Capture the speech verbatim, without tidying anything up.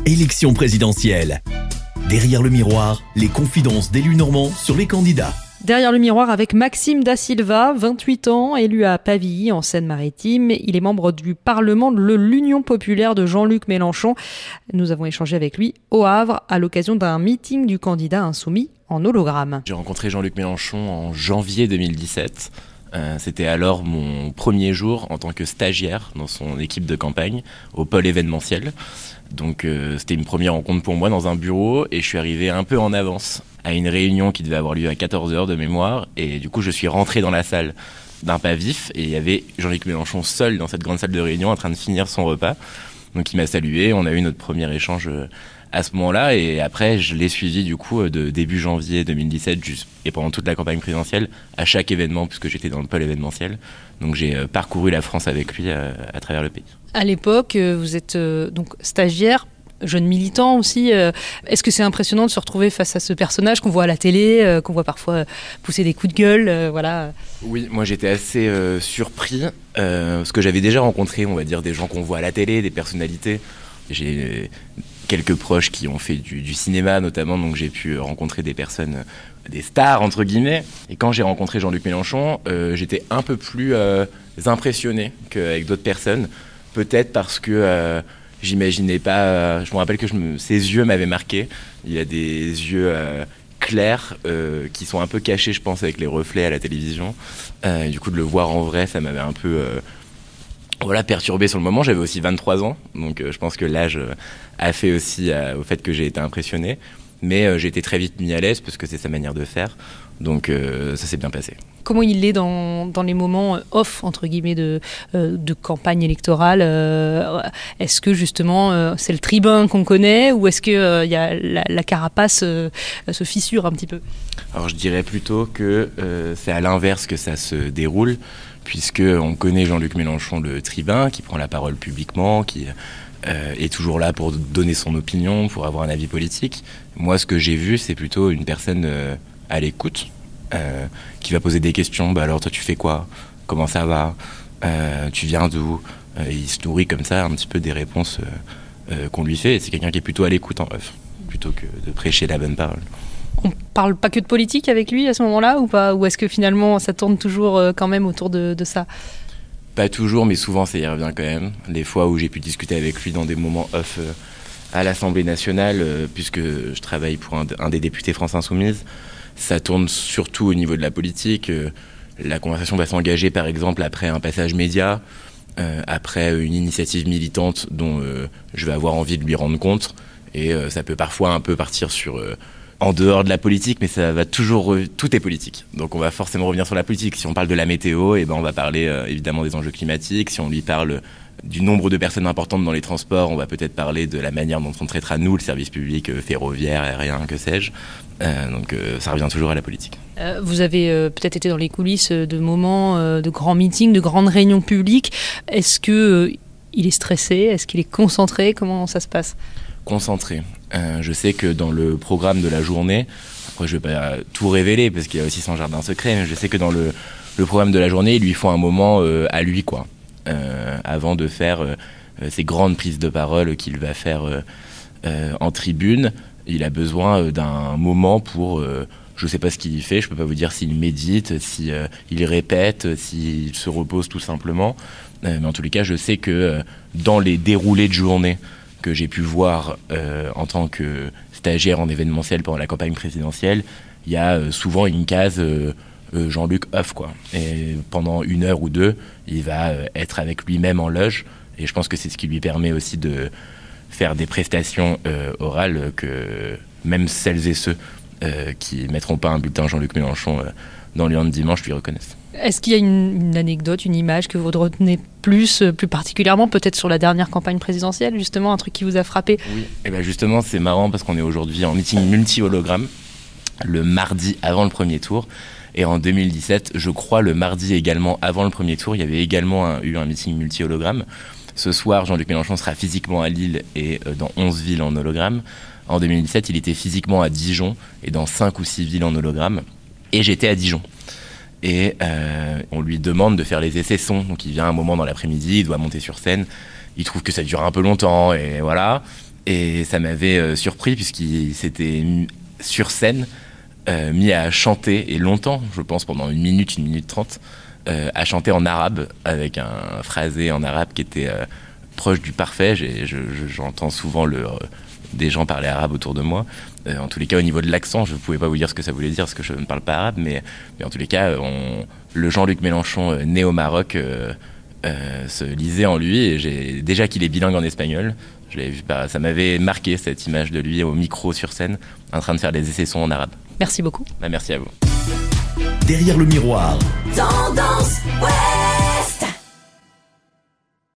Élection présidentielle. Derrière le miroir, les confidences d'élus normands sur les candidats. Derrière le miroir avec Maxime Da Silva, vingt-huit ans, élu à Pavilly en Seine-Maritime. Il est membre du Parlement de l'Union populaire de Jean-Luc Mélenchon. Nous avons échangé avec lui au Havre à l'occasion d'un meeting du candidat insoumis en hologramme. J'ai rencontré Jean-Luc Mélenchon en janvier deux mille dix-sept. Euh, c'était alors mon premier jour en tant que stagiaire dans son équipe de campagne au pôle événementiel. Donc euh, c'était une première rencontre pour moi dans un bureau et je suis arrivé un peu en avance à une réunion qui devait avoir lieu à quatorze heures de mémoire et du coup je suis rentré dans la salle d'un pas vif et il y avait Jean-Luc Mélenchon seul dans cette grande salle de réunion en train de finir son repas. Donc il m'a salué, on a eu notre premier échange à ce moment-là et après je l'ai suivi du coup de début janvier deux mille dix-sept juste, et pendant toute la campagne présidentielle à chaque événement puisque j'étais dans le pôle événementiel. Donc j'ai parcouru la France avec lui à, à travers le pays. À l'époque, vous êtes euh, donc stagiaire, jeune militant aussi. Euh, est-ce que c'est impressionnant de se retrouver face à ce personnage qu'on voit à la télé, euh, qu'on voit parfois pousser des coups de gueule, euh, voilà. Oui, moi j'étais assez euh, surpris euh, parce que j'avais déjà rencontré, on va dire, des gens qu'on voit à la télé, des personnalités. J'ai euh, quelques proches qui ont fait du, du cinéma notamment, donc j'ai pu rencontrer des personnes, euh, des stars entre guillemets. Et quand j'ai rencontré Jean-Luc Mélenchon, euh, j'étais un peu plus euh, impressionné qu'avec d'autres personnes. Peut-être parce que euh, j'imaginais pas... Euh, je me rappelle que je me, ses yeux m'avaient marqué. Il a des yeux euh, clairs euh, qui sont un peu cachés, je pense, avec les reflets à la télévision. Euh, et du coup, de le voir en vrai, ça m'avait un peu euh, voilà, perturbé sur le moment. J'avais aussi vingt-trois ans, donc euh, je pense que l'âge euh, a fait aussi euh, au fait que j'ai été impressionné. Mais euh, j'ai été très vite mis à l'aise parce que c'est sa manière de faire. Donc euh, ça s'est bien passé. Comment il est dans, dans les moments off, entre guillemets, de, euh, de campagne électorale euh, Est-ce que justement euh, c'est le tribun qu'on connaît ou est-ce que euh, y a la, la carapace euh, se fissure un petit peu? Alors je dirais plutôt que euh, c'est à l'inverse que ça se déroule, puisqu'on connaît Jean-Luc Mélenchon le tribun, qui prend la parole publiquement, qui euh, est toujours là pour donner son opinion, pour avoir un avis politique. Moi, ce que j'ai vu, c'est plutôt une personne euh, à l'écoute, Euh, qui va poser des questions. Bah alors toi tu fais quoi? Comment ça va? euh, Tu viens d'où? euh, Il se nourrit comme ça un petit peu des réponses euh, euh, qu'on lui fait et c'est quelqu'un qui est plutôt à l'écoute en off plutôt que de prêcher la bonne parole. On parle pas que de politique avec lui à ce moment-là ou pas? Ou est-ce que finalement ça tourne toujours euh, quand même autour de, de ça? Pas toujours, mais souvent ça y revient quand même. Les fois où j'ai pu discuter avec lui dans des moments off euh, à l'Assemblée nationale, euh, puisque je travaille pour un, un des députés France Insoumise, ça tourne surtout au niveau de la politique. Euh, la conversation va s'engager par exemple après un passage média, euh, après une initiative militante dont euh, je vais avoir envie de lui rendre compte. Et euh, ça peut parfois un peu partir sur euh, en dehors de la politique, mais ça va toujours... Re- tout est politique. Donc on va forcément revenir sur la politique. Si on parle de la météo, eh ben on va parler euh, évidemment des enjeux climatiques. Si on lui parle du nombre de personnes importantes dans les transports, on va peut-être parler de la manière dont on traitera nous, le service public euh, ferroviaire, aérien, que sais-je. Euh, donc euh, ça revient toujours à la politique. Euh, vous avez euh, peut-être été dans les coulisses de moments euh, de grands meetings, de grandes réunions publiques. Est-ce que euh, il est stressé? Est-ce qu'il est concentré? Comment ça se passe? Concentré. Euh, je sais que dans le programme de la journée, après je ne vais pas tout révéler parce qu'il y a aussi son jardin secret, mais je sais que dans le, le programme de la journée, il lui faut un moment euh, à lui, quoi, euh, avant de faire euh, ces grandes prises de parole qu'il va faire euh, euh, en tribune. Il a besoin euh, d'un moment pour... Euh, je ne sais pas ce qu'il y fait, je ne peux pas vous dire s'il médite, s'il euh, il répète, s'il se repose tout simplement. Euh, mais en tous les cas, je sais que euh, dans les déroulés de journée que j'ai pu voir euh, en tant que stagiaire en événementiel pendant la campagne présidentielle, il y a euh, souvent une case euh, euh, Jean-Luc off, quoi. Et pendant une heure ou deux, il va euh, être avec lui-même en loge. Et je pense que c'est ce qui lui permet aussi de faire des prestations euh, orales que même celles et ceux euh, qui ne mettront pas un bulletin Jean-Luc Mélenchon euh, dans l'urne dimanche lui reconnaissent. Est-ce qu'il y a une, une anecdote, une image que vous retenez plus, plus particulièrement, peut-être sur la dernière campagne présidentielle, justement, un truc qui vous a frappé? Oui, et bien justement, c'est marrant parce qu'on est aujourd'hui en meeting multi-hologramme, le mardi avant le premier tour. Et en deux mille dix-sept, je crois, le mardi également avant le premier tour, il y avait également un, eu un meeting multi-hologramme. Ce soir, Jean-Luc Mélenchon sera physiquement à Lille et euh, dans onze villes en hologramme. En deux mille dix-sept, il était physiquement à Dijon et dans cinq ou six villes en hologramme. Et j'étais à Dijon. Et euh, on lui demande de faire les essais son. Donc il vient un moment dans l'après-midi, il doit monter sur scène. Il trouve que ça dure un peu longtemps et voilà. Et ça m'avait euh, surpris puisqu'il s'était mis sur scène, euh, mis à chanter, et longtemps, je pense pendant une minute, une minute trente, euh, à chanter en arabe, avec un phrasé en arabe qui était euh, proche du parfait. J'ai, je, je, j'entends souvent le, euh, des gens parler arabe autour de moi. Euh, en tous les cas, au niveau de l'accent, je ne pouvais pas vous dire ce que ça voulait dire, parce que je ne parle pas arabe, mais, mais en tous les cas, on, le Jean-Luc Mélenchon, euh, né au Maroc, euh, euh, se lisait en lui, et j'ai, déjà qu'il est bilingue en espagnol, je l'avais vu, bah, ça m'avait marqué cette image de lui au micro sur scène, en train de faire des essais-sons en arabe. Merci beaucoup. Bah, merci à vous. Derrière le miroir. Tendance, ouais.